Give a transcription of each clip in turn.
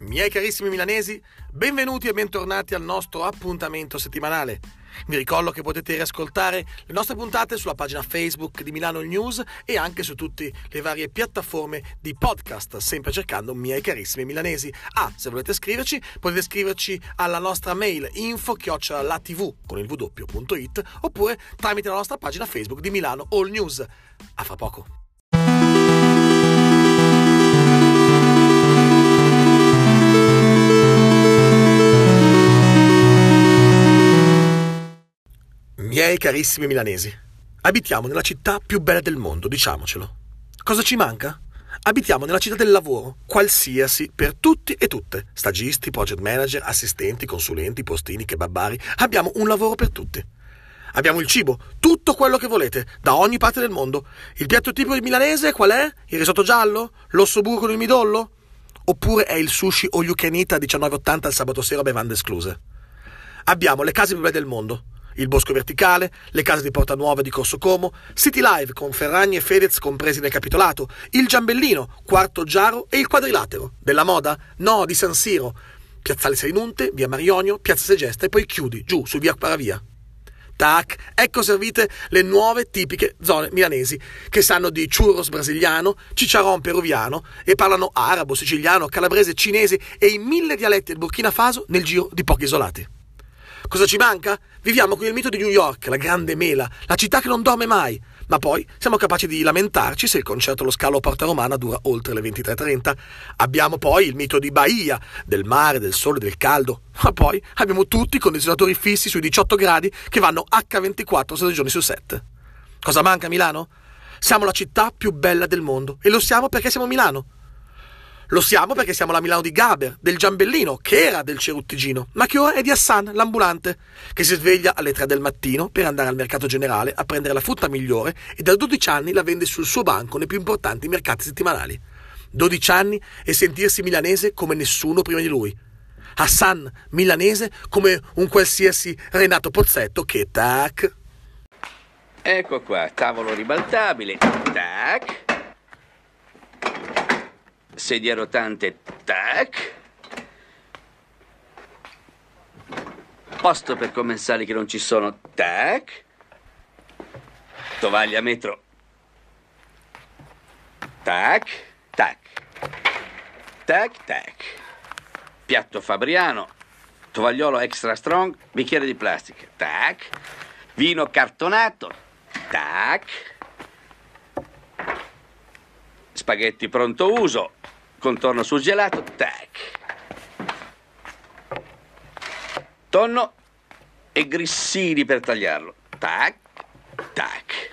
Miei carissimi milanesi, benvenuti e bentornati al nostro appuntamento settimanale. Vi ricordo che potete riascoltare le nostre puntate sulla pagina Facebook di Milano News e anche su tutte le varie piattaforme di podcast, sempre cercando Miei carissimi milanesi. Se volete scriverci, potete scriverci alla nostra mail info@latv con il w.it oppure tramite la nostra pagina Facebook di Milano All News. A fra poco. Miei carissimi milanesi, abitiamo nella città più bella del mondo, diciamocelo. Cosa ci manca? Abitiamo nella città del lavoro, qualsiasi, per tutti e tutte. Stagisti, project manager, assistenti, consulenti, postini, kebabari. Abbiamo un lavoro per tutti. Abbiamo il cibo, tutto quello che volete, da ogni parte del mondo. Il piatto tipico del milanese qual è? Il risotto giallo? L'osso bue con il midollo? Oppure è il sushi all you can eat a $19,80 il sabato sera, bevande escluse? Abbiamo le case più belle del mondo. Il Bosco Verticale, le case di Porta Nuova e di Corso Como, City Live con Ferragni e Fedez compresi nel capitolato, il Giambellino, Quarto Giaro e il Quadrilatero. Della moda? No, di San Siro. Piazzale Serinunte, via Marionio, piazza Segesta e poi chiudi, giù, su via Paravia. Tac, ecco servite le nuove tipiche zone milanesi, che sanno di churros brasiliano, cicciaron peruviano e parlano arabo, siciliano, calabrese, cinese e in 1000 dialetti del Burkina Faso nel giro di pochi isolati. Cosa ci manca? Viviamo con il mito di New York, la grande mela, la città che non dorme mai, ma poi siamo capaci di lamentarci se il concerto allo Scalo a Porta Romana dura oltre le 23:30. Abbiamo poi il mito di Bahia, del mare, del sole, del caldo, ma poi abbiamo tutti i condizionatori fissi sui 18 gradi che vanno H24 6 giorni su 7. Cosa manca a Milano? Siamo la città più bella del mondo e lo siamo perché siamo Milano. Lo siamo perché siamo la Milano di Gaber, del Giambellino, che era del Ceruttigino, ma che ora è di Hassan, l'ambulante, che si sveglia alle 3 del mattino per andare al mercato generale a prendere la frutta migliore e da 12 anni la vende sul suo banco nei più importanti mercati settimanali. 12 anni e sentirsi milanese come nessuno prima di lui. Hassan, milanese come un qualsiasi Renato Pozzetto che, tac... Ecco qua, tavolo ribaltabile, tac... Sedia rotante, tac. Posto per commensali che non ci sono, tac. Tovaglia a metro, tac, tac. Tac, tac. Piatto fabriano, tovagliolo extra strong, bicchiere di plastica, tac. Vino cartonato, tac. Spaghetti pronto uso, contorno surgelato, tac. Tonno e grissini per tagliarlo, tac, tac.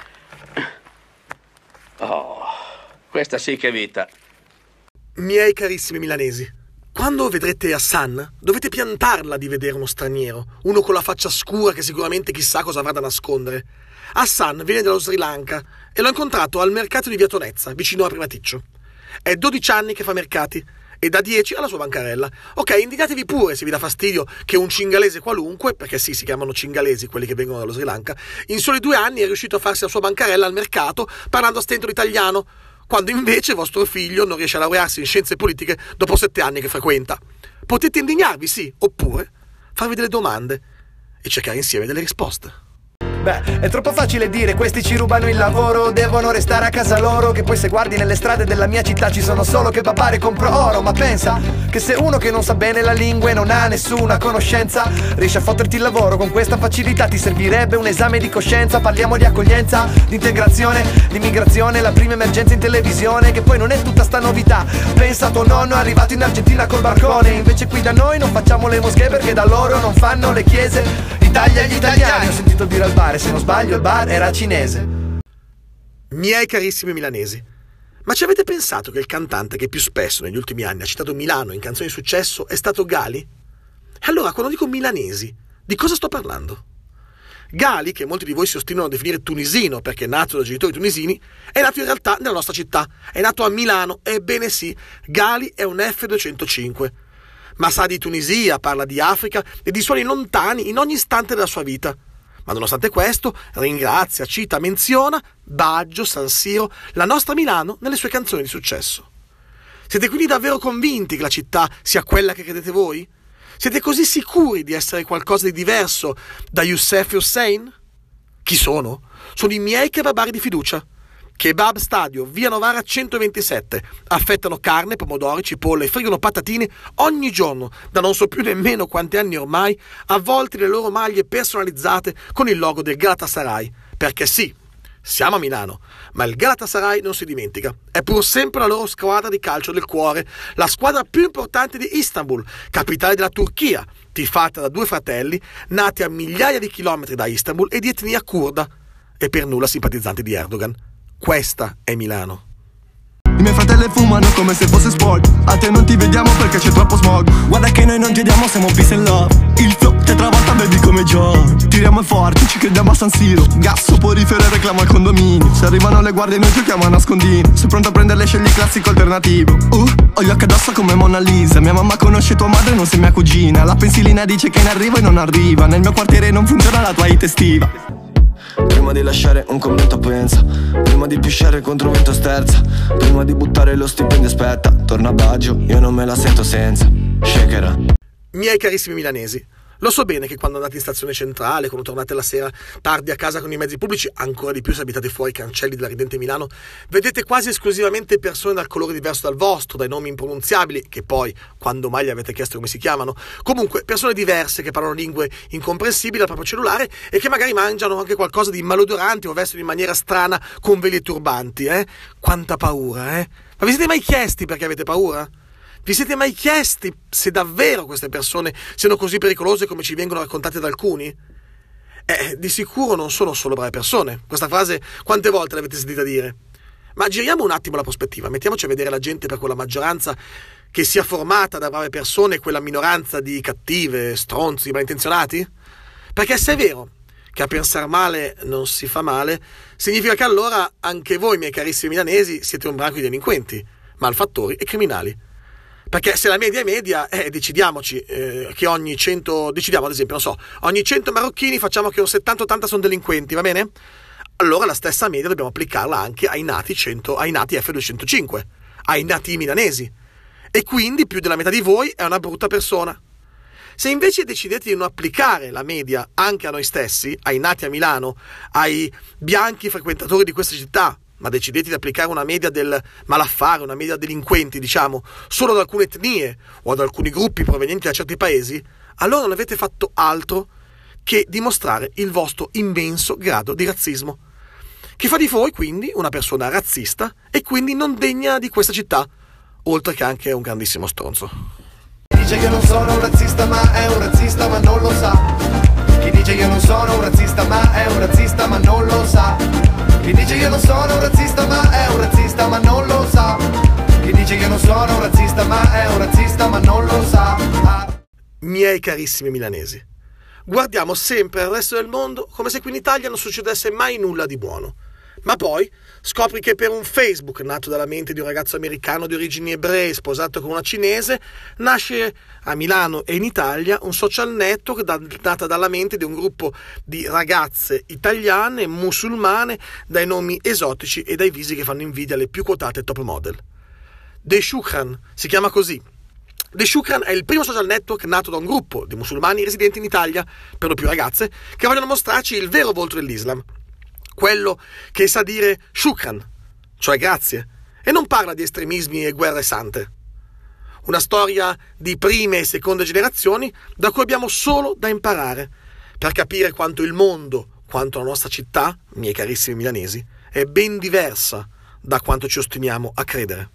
Oh, questa sì che è vita. Miei carissimi milanesi, quando vedrete Hassan, dovete piantarla di vedere uno straniero, uno con la faccia scura che sicuramente chissà cosa avrà da nascondere. Hassan viene dallo Sri Lanka e l'ho incontrato al mercato di Via Tonezza, vicino a Primaticcio. È 12 anni che fa mercati e da 10 alla sua bancarella. Ok, indicatevi pure se vi dà fastidio che un cingalese qualunque, perché sì, si chiamano cingalesi quelli che vengono dallo Sri Lanka, in soli 2 anni è riuscito a farsi la sua bancarella al mercato parlando a stento l'italiano, quando invece vostro figlio non riesce a laurearsi in scienze politiche dopo 7 anni che frequenta. Potete indignarvi, sì, oppure farvi delle domande e cercare insieme delle risposte. Beh, è troppo facile dire questi ci rubano il lavoro, devono restare a casa loro, che poi se guardi nelle strade della mia città ci sono solo kebabari e compro oro. Ma pensa che se uno che non sa bene la lingua e non ha nessuna conoscenza riesce a fotterti il lavoro con questa facilità, ti servirebbe un esame di coscienza. Parliamo di accoglienza, di integrazione, di immigrazione, la prima emergenza in televisione, che poi non è tutta sta novità. Pensa tuo nonno è arrivato in Argentina col barcone, invece qui da noi non facciamo le moschee perché da loro non fanno le chiese. Italia agli italiani, ho sentito dire al bar, se non sbaglio il bar era cinese. Miei carissimi milanesi, ma ci avete pensato che il cantante che più spesso negli ultimi anni ha citato Milano in canzoni di successo è stato Gali? E allora quando dico milanesi, di cosa sto parlando? Gali, che molti di voi si ostinano a definire tunisino perché è nato da genitori tunisini, è nato in realtà nella nostra città, è nato a Milano, ebbene sì, Gali è un F205. Ma sa di Tunisia, parla di Africa e di suoni lontani in ogni istante della sua vita. Ma nonostante questo, ringrazia, cita, menziona Baggio, San Siro, la nostra Milano nelle sue canzoni di successo. Siete quindi davvero convinti che la città sia quella che credete voi? Siete così sicuri di essere qualcosa di diverso da Youssef e Hussein? Chi sono? Sono i miei kebabari di fiducia. Kebab Stadio, via Novara 127. Affettano carne, pomodori, cipolle e friggono patatine ogni giorno, da non so più nemmeno quanti anni ormai, avvolti le loro maglie personalizzate con il logo del Galatasaray. Perché sì, siamo a Milano, ma il Galatasaray non si dimentica. È pur sempre la loro squadra di calcio del cuore, la squadra più importante di Istanbul, capitale della Turchia, tifata da due fratelli, nati a migliaia di chilometri da Istanbul e di etnia curda, e per nulla simpatizzanti di Erdogan. Questa è Milano. I miei fratelli fumano come se fosse sport. A te non ti vediamo perché c'è troppo smog. Guarda che noi non chiediamo, siamo peace and love. Il flow ti travolta, baby, come Joe. Tiriamo forte, ci crediamo a San Siro. Gas, soporifero e reclamo al condominio. Se arrivano le guardie noi giochiamo a nascondino. Sei pronto a prenderle, scegli classico alternativo. Ho gli occhi addosso come Mona Lisa. Mia mamma conosce tua madre, non sei mia cugina. La pensilina dice che in arrivo e non arriva. Nel mio quartiere non funziona la tua hit estiva. Prima di lasciare un commento pensa. Prima di pisciare contro vento sterza. Prima di buttare lo stipendio aspetta. Torna a Baggio, io non me la sento senza. Shakera. Miei carissimi milanesi, lo so bene che quando andate in stazione centrale, quando tornate la sera tardi a casa con i mezzi pubblici, ancora di più se abitate fuori i cancelli della ridente Milano, vedete quasi esclusivamente persone dal colore diverso dal vostro, dai nomi impronunciabili, che poi, quando mai gli avete chiesto come si chiamano, comunque persone diverse che parlano lingue incomprensibili al proprio cellulare e che magari mangiano anche qualcosa di malodorante o vestono in maniera strana con veli e turbanti, Quanta paura, Ma vi siete mai chiesti perché avete paura? Vi siete mai chiesti se davvero queste persone siano così pericolose come ci vengono raccontate da alcuni? Di sicuro non sono solo brave persone. Questa frase quante volte l'avete sentita dire? Ma giriamo un attimo la prospettiva, mettiamoci a vedere la gente per quella maggioranza che sia formata da brave persone e quella minoranza di cattive, stronzi, malintenzionati? Perché se è vero che a pensare male non si fa male, significa che allora anche voi, miei carissimi milanesi, siete un branco di delinquenti, malfattori e criminali. Perché se la media è media, decidiamoci che ogni 100, decidiamo ad esempio, non so, ogni 100 marocchini facciamo che un 70-80 sono delinquenti, va bene? Allora la stessa media dobbiamo applicarla anche ai nati F205, ai nati milanesi. E quindi più della metà di voi è una brutta persona. Se invece decidete di non applicare la media anche a noi stessi, ai nati a Milano, ai bianchi frequentatori di questa città, ma decidete di applicare una media del malaffare, una media delinquenti, diciamo, solo ad alcune etnie o ad alcuni gruppi provenienti da certi paesi, allora non avete fatto altro che dimostrare il vostro immenso grado di razzismo, che fa di voi quindi una persona razzista e quindi non degna di questa città, oltre che anche un grandissimo stronzo. Dice che non sono un razzista ma è un razzista ma non lo sa. Chi dice che non sono un razzista ma è un razzista ma non lo sa. Chi dice che non sono un razzista ma è un razzista ma non lo sa. Chi dice che non sono un razzista ma è un razzista ma non lo sa. Miei carissimi milanesi, guardiamo sempre al resto del mondo come se qui in Italia non succedesse mai nulla di buono. Ma poi scopri che per un Facebook nato dalla mente di un ragazzo americano di origini ebree sposato con una cinese, nasce a Milano e in Italia un social network nata dalla mente di un gruppo di ragazze italiane musulmane dai nomi esotici e dai visi che fanno invidia alle più quotate top model. The Shukran si chiama così. The Shukran è il primo social network nato da un gruppo di musulmani residenti in Italia, per lo più ragazze, che vogliono mostrarci il vero volto dell'Islam. Quello che sa dire shukran, cioè grazie, e non parla di estremismi e guerre sante. Una storia di prime e seconde generazioni da cui abbiamo solo da imparare per capire quanto il mondo, quanto la nostra città, miei carissimi milanesi, è ben diversa da quanto ci ostiniamo a credere.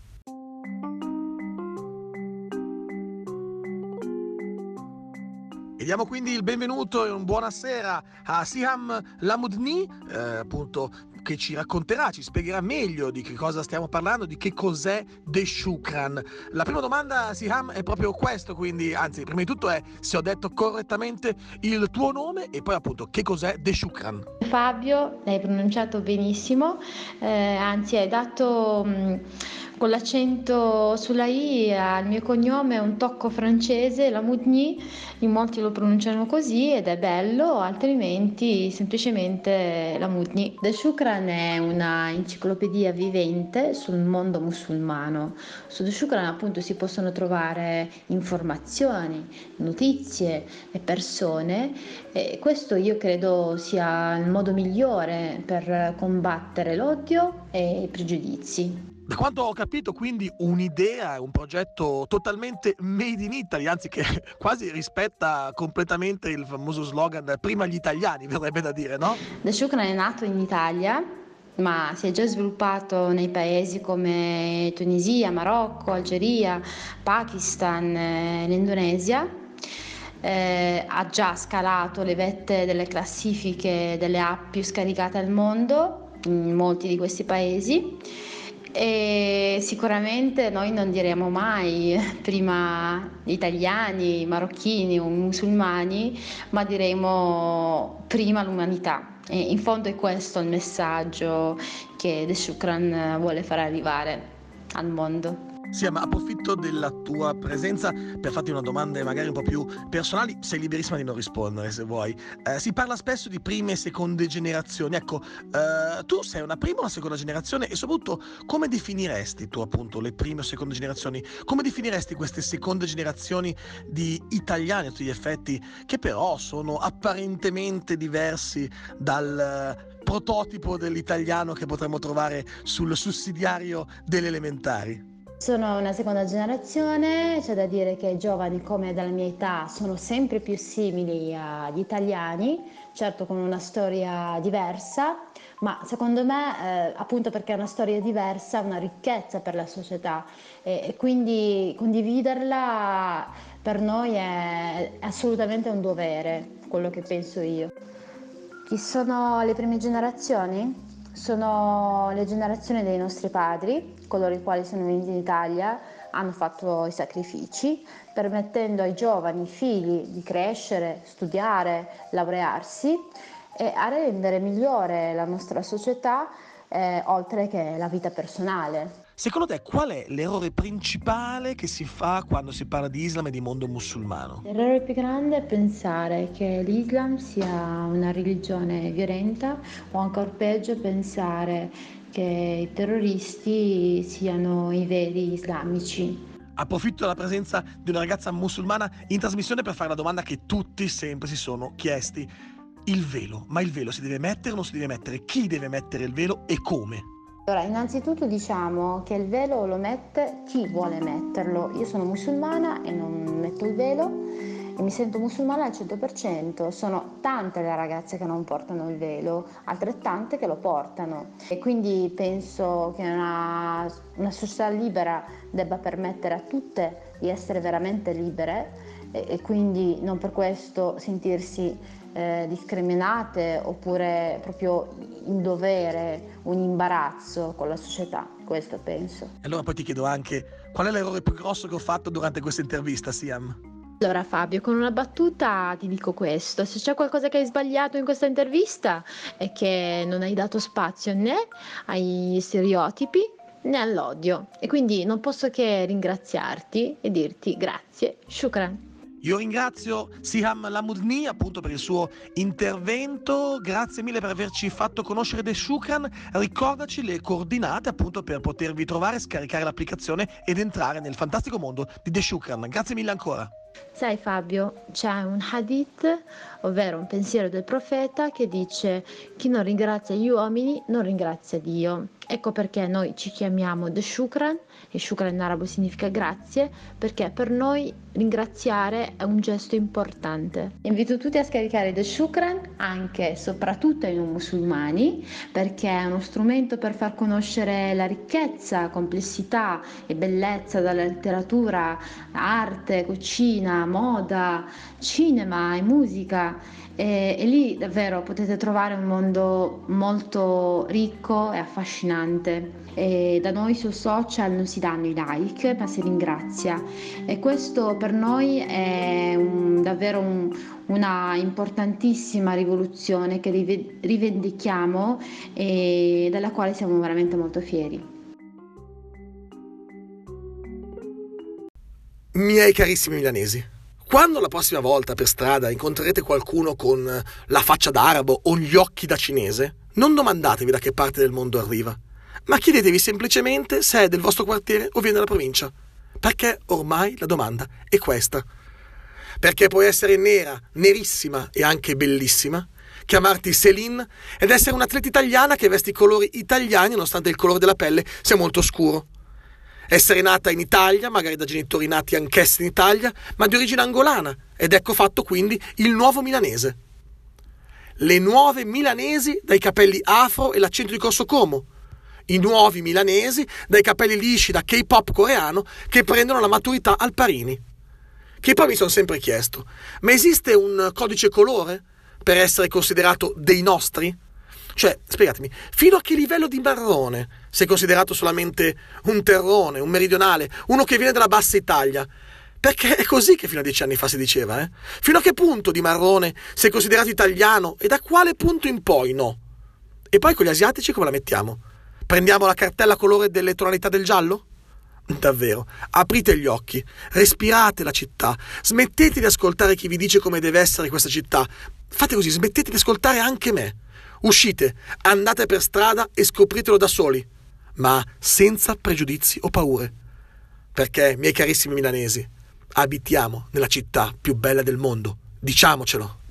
E diamo quindi il benvenuto e un buonasera a Siham Lamudni, appunto, che ci racconterà, ci spiegherà meglio di che cosa stiamo parlando, di che cos'è The Shukran. La prima domanda, Siham, è proprio questo, quindi, anzi, prima di tutto è se ho detto correttamente il tuo nome e poi appunto che cos'è The Shukran. Fabio, l'hai pronunciato benissimo, anzi hai dato con l'accento sulla I, al mio cognome è un tocco francese, la Mugni, in molti lo pronunciano così ed è bello, altrimenti semplicemente la Mugni. The Shukran è una enciclopedia vivente sul mondo musulmano. Su The Shukran appunto si possono trovare informazioni, notizie e persone, e questo io credo sia il modo migliore per combattere l'odio e i pregiudizi. Da quanto ho capito, quindi un'idea, un progetto totalmente made in Italy, anzi che quasi rispetta completamente il famoso slogan "prima gli italiani", verrebbe da dire, no? The Shukran è nato in Italia, ma si è già sviluppato nei paesi come Tunisia, Marocco, Algeria, Pakistan, l'Indonesia. Ha già scalato le vette delle classifiche delle app più scaricate al mondo in molti di questi paesi. E sicuramente noi non diremo mai prima gli italiani, i marocchini o i musulmani, ma diremo prima l'umanità. E in fondo è questo il messaggio che The Shukran vuole far arrivare al mondo. Sì, ma approfitto della tua presenza per farti una domanda magari un po' più personali, sei liberissima di non rispondere se vuoi. Si parla spesso di prime e seconde generazioni, ecco, tu sei una prima o una seconda generazione e soprattutto come definiresti tu appunto le prime o seconde generazioni? Come definiresti queste seconde generazioni di italiani a tutti gli effetti che però sono apparentemente diversi dal prototipo dell'italiano che potremmo trovare sul sussidiario delle elementari? Sono una seconda generazione, c'è da dire che i giovani come della mia età sono sempre più simili agli italiani, certo con una storia diversa, ma secondo me appunto perché è una storia diversa è una ricchezza per la società e quindi condividerla per noi è assolutamente un dovere, quello che penso io. Chi sono le prime generazioni? Sono le generazioni dei nostri padri, coloro i quali sono venuti in Italia, hanno fatto i sacrifici, permettendo ai giovani figli di crescere, studiare, laurearsi e a rendere migliore la nostra società, oltre che la vita personale. Secondo te qual è l'errore principale che si fa quando si parla di Islam e di mondo musulmano? L'errore più grande è pensare che l'Islam sia una religione violenta o ancora peggio pensare che i terroristi siano i veri islamici. Approfitto della presenza di una ragazza musulmana in trasmissione per fare la domanda che tutti sempre si sono chiesti. Il velo, ma il velo si deve mettere o non si deve mettere? Chi deve mettere il velo e come? Allora, innanzitutto diciamo che il velo lo mette chi vuole metterlo. Io sono musulmana e non metto il velo e mi sento musulmana al 100%. Sono tante le ragazze che non portano il velo, altrettante che lo portano. E quindi penso che una società libera debba permettere a tutte di essere veramente libere e quindi non per questo sentirsi discriminate oppure proprio in dovere, un imbarazzo con la società, questo penso. Allora poi ti chiedo anche qual è l'errore più grosso che ho fatto durante questa intervista, Siam? Allora Fabio, con una battuta ti dico questo: se c'è qualcosa che hai sbagliato in questa intervista è che non hai dato spazio né agli stereotipi né all'odio e quindi non posso che ringraziarti e dirti grazie, shukran. Io ringrazio Siham Lamudni appunto per il suo intervento, grazie mille per averci fatto conoscere The Shukran, ricordaci le coordinate appunto per potervi trovare, scaricare l'applicazione ed entrare nel fantastico mondo di The Shukran, grazie mille ancora. Sai Fabio, c'è un hadith, ovvero un pensiero del profeta che dice: chi non ringrazia gli uomini non ringrazia Dio. Ecco perché noi ci chiamiamo The Shukran, e Shukran in arabo significa grazie, perché per noi ringraziare è un gesto importante. Invito tutti a scaricare The Shukran, anche e soprattutto ai non musulmani, perché è uno strumento per far conoscere la ricchezza, complessità e bellezza della letteratura, arte, cucina, moda, cinema e musica. E lì davvero potete trovare un mondo molto ricco e affascinante. E da noi sul social non si danno i like, ma si ringrazia, e questo per noi è davvero una importantissima rivoluzione che rivendichiamo e della quale siamo veramente molto fieri. Miei carissimi milanesi, quando la prossima volta per strada incontrerete qualcuno con la faccia d'arabo o gli occhi da cinese, non domandatevi da che parte del mondo arriva, ma chiedetevi semplicemente se è del vostro quartiere o viene dalla provincia, perché ormai la domanda è questa. Perché puoi essere nera, nerissima e anche bellissima, chiamarti Céline ed essere un'atleta italiana che veste i colori italiani nonostante il colore della pelle sia molto scuro. Essere nata in Italia, magari da genitori nati anch'essi in Italia, ma di origine angolana, ed ecco fatto quindi il nuovo milanese. Le nuove milanesi dai capelli afro e l'accento di Corso Como. I nuovi milanesi dai capelli lisci da K-pop coreano che prendono la maturità al Parini. Che poi mi sono sempre chiesto, ma esiste un codice colore per essere considerato dei nostri? Cioè, spiegatemi, fino a che livello di marrone sei considerato solamente un terrone, un meridionale, uno che viene dalla bassa Italia? Perché è così che fino a 10 anni fa si diceva, eh? Fino a che punto di marrone sei considerato italiano e da quale punto in poi no? E poi con gli asiatici come la mettiamo? Prendiamo la cartella colore delle tonalità del giallo? Davvero, aprite gli occhi, respirate la città, smettete di ascoltare chi vi dice come deve essere questa città. Fate così, smettete di ascoltare anche me. Uscite, andate per strada e scopritelo da soli, ma senza pregiudizi o paure. Perché, miei carissimi milanesi, abitiamo nella città più bella del mondo, diciamocelo.